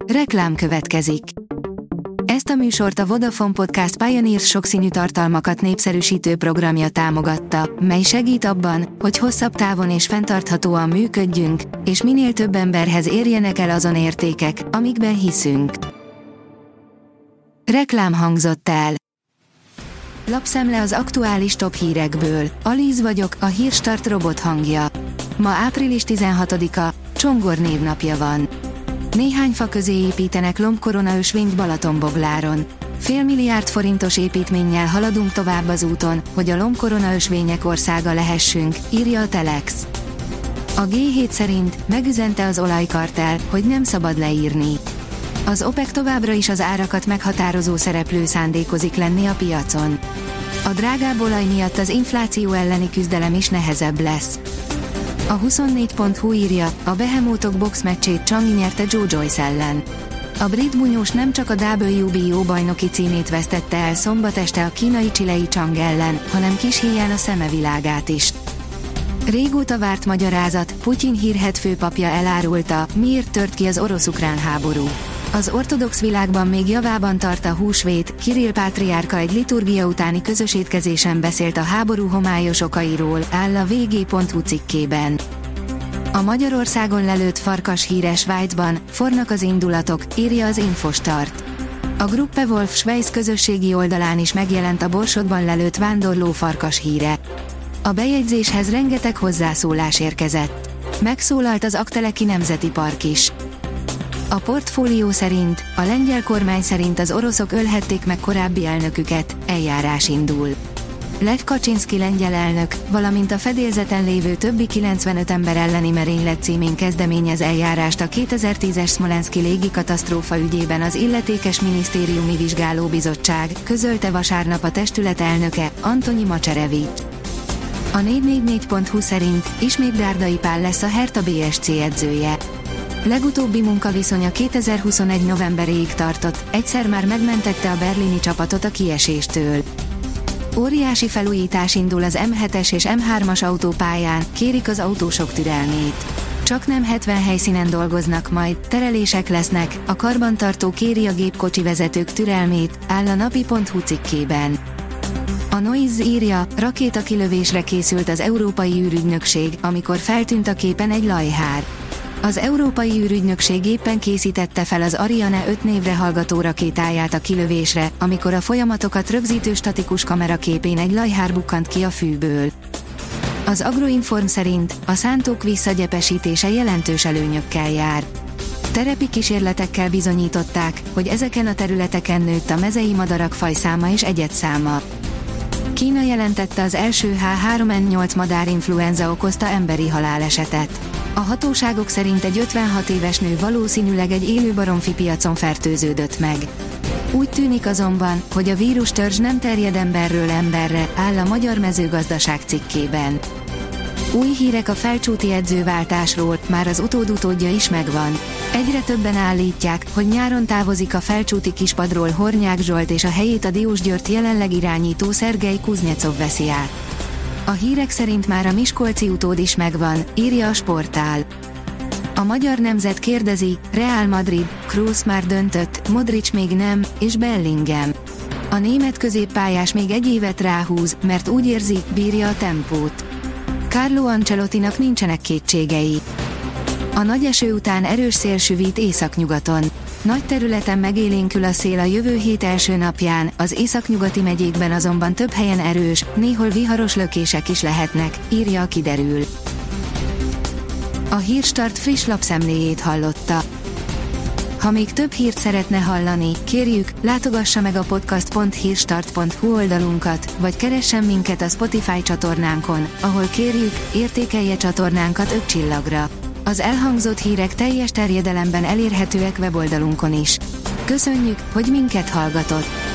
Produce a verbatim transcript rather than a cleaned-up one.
Reklám következik. Ezt a műsort a Vodafone Podcast Pioneers sokszínű tartalmakat népszerűsítő programja támogatta, mely segít abban, hogy hosszabb távon és fenntarthatóan működjünk, és minél több emberhez érjenek el azon értékek, amikben hiszünk. Reklám hangzott el. Lapszemle az aktuális top hírekből. Alíz vagyok, a Hírstart robot hangja. Ma április tizenhatodika, Csongor névnapja van. Néhány fa közé építenek lombkoronaösvényt Balatonbogláron. Félmilliárd forintos építménnyel haladunk tovább az úton, hogy a lombkoronaösvények országa lehessünk, írja a Telex. A gé hét szerint megüzente az olajkartell, hogy nem szabad leírni. Az OPEC továbbra is az árakat meghatározó szereplő szándékozik lenni a piacon. A drágább olaj miatt az infláció elleni küzdelem is nehezebb lesz. A huszonnégy pont hu írja, a Behemótok boxmeccsét Changi nyerte Joe Joyce ellen. A brit bunyós nem csak a dupla vé bé o bajnoki címét vesztette el szombat este a kínai Chilei Chang ellen, hanem kis híján a szemevilágát is. Régóta várt magyarázat, Putyin hírhedt főpapja elárulta, miért tört ki az orosz-ukrán háború. Az ortodox világban még javában tart a húsvét, Kirill pátriárka egy liturgia utáni közös étkezésen beszélt a háború homályos okairól, áll a vé gé pont hu cikkében. A Magyarországon lelőtt farkas híre Svájcban, fornak az indulatok, írja az Infostart. A Gruppe Wolf Schweiz közösségi oldalán is megjelent a Borsodban lelőtt vándorló farkas híre. A bejegyzéshez rengeteg hozzászólás érkezett. Megszólalt az Aggteleki Nemzeti Park is. A Portfólió szerint, a lengyel kormány szerint az oroszok ölhették meg korábbi elnöküket, eljárás indul. Lech Kaczynszki lengyel elnök, valamint a fedélzeten lévő többi kilencvenöt ember elleni merénylet címén kezdeményez eljárást a kétezer-tízes Szmolenszki légikatasztrófa ügyében az illetékes minisztériumi vizsgálóbizottság, közölte vasárnap a testület elnöke, Antonyi Macserevics. A négy négy négy pont hu szerint ismét Dárdai Pál lesz a Hertha bé es cé edzője. Legutóbbi munkaviszonya kétezer-huszonegy novemberéig tartott, egyszer már megmentette a berlini csapatot a kieséstől. Óriási felújítás indul az em hetes és em hármas autópályán, kérik az autósok türelmét. Csak nem hetven helyszínen dolgoznak majd, terelések lesznek, a karbantartó kéri a gépkocsi vezetők türelmét, áll a napi pont hu cikkében. A Noise írja, rakétakilövésre készült az Európai űrügynökség, amikor feltűnt a képen egy lajhár. Az Európai űrügynökség éppen készítette fel az Ariane öt névre hallgató rakétáját a kilövésre, amikor a folyamatokat rögzítő statikus kameraképén egy lajhár bukkant ki a fűből. Az Agroinform szerint a szántók visszagyepesítése jelentős előnyökkel jár. Terepi kísérletekkel bizonyították, hogy ezeken a területeken nőtt a mezei madarak fajszáma és egyedszáma. Kína jelentette az első há három en nyolc madárinfluenza okozta emberi halálesetet. A hatóságok szerint egy ötvenhat éves nő valószínűleg egy élő baromfi piacon fertőződött meg. Úgy tűnik azonban, hogy a vírustörzs nem terjed emberről emberre, áll a Magyar Mezőgazdaság cikkében. Új hírek a felcsúti edzőváltásról, már az utód-utódja is megvan. Egyre többen állítják, hogy nyáron távozik a felcsúti kispadról Hornyák Zsolt és a helyét a Diósgyőrt jelenleg irányító Szergej Kuznyecov veszi át. A hírek szerint már a miskolci utód is megvan, írja a Sportál. A Magyar Nemzet kérdezi, Real Madrid, Kroos már döntött, Modric még nem, és Bellingham. A német középpályás még egy évet ráhúz, mert úgy érzi, bírja a tempót. Carlo Ancelottinak nincsenek kétségei. A nagy eső után erős szél süvít északnyugaton. Nagy területen megélénkül a szél a jövő hét első napján, az északnyugati megyékben azonban több helyen erős, néhol viharos lökések is lehetnek, írja a Kiderül. A Hírstart friss lapszemléjét hallotta. Ha még több hírt szeretne hallani, kérjük, látogassa meg a podcast pont hírstart pont hu oldalunkat, vagy keressen minket a Spotify csatornánkon, ahol kérjük, értékelje csatornánkat öt csillagra. Az elhangzott hírek teljes terjedelemben elérhetőek weboldalunkon is. Köszönjük, hogy minket hallgatott!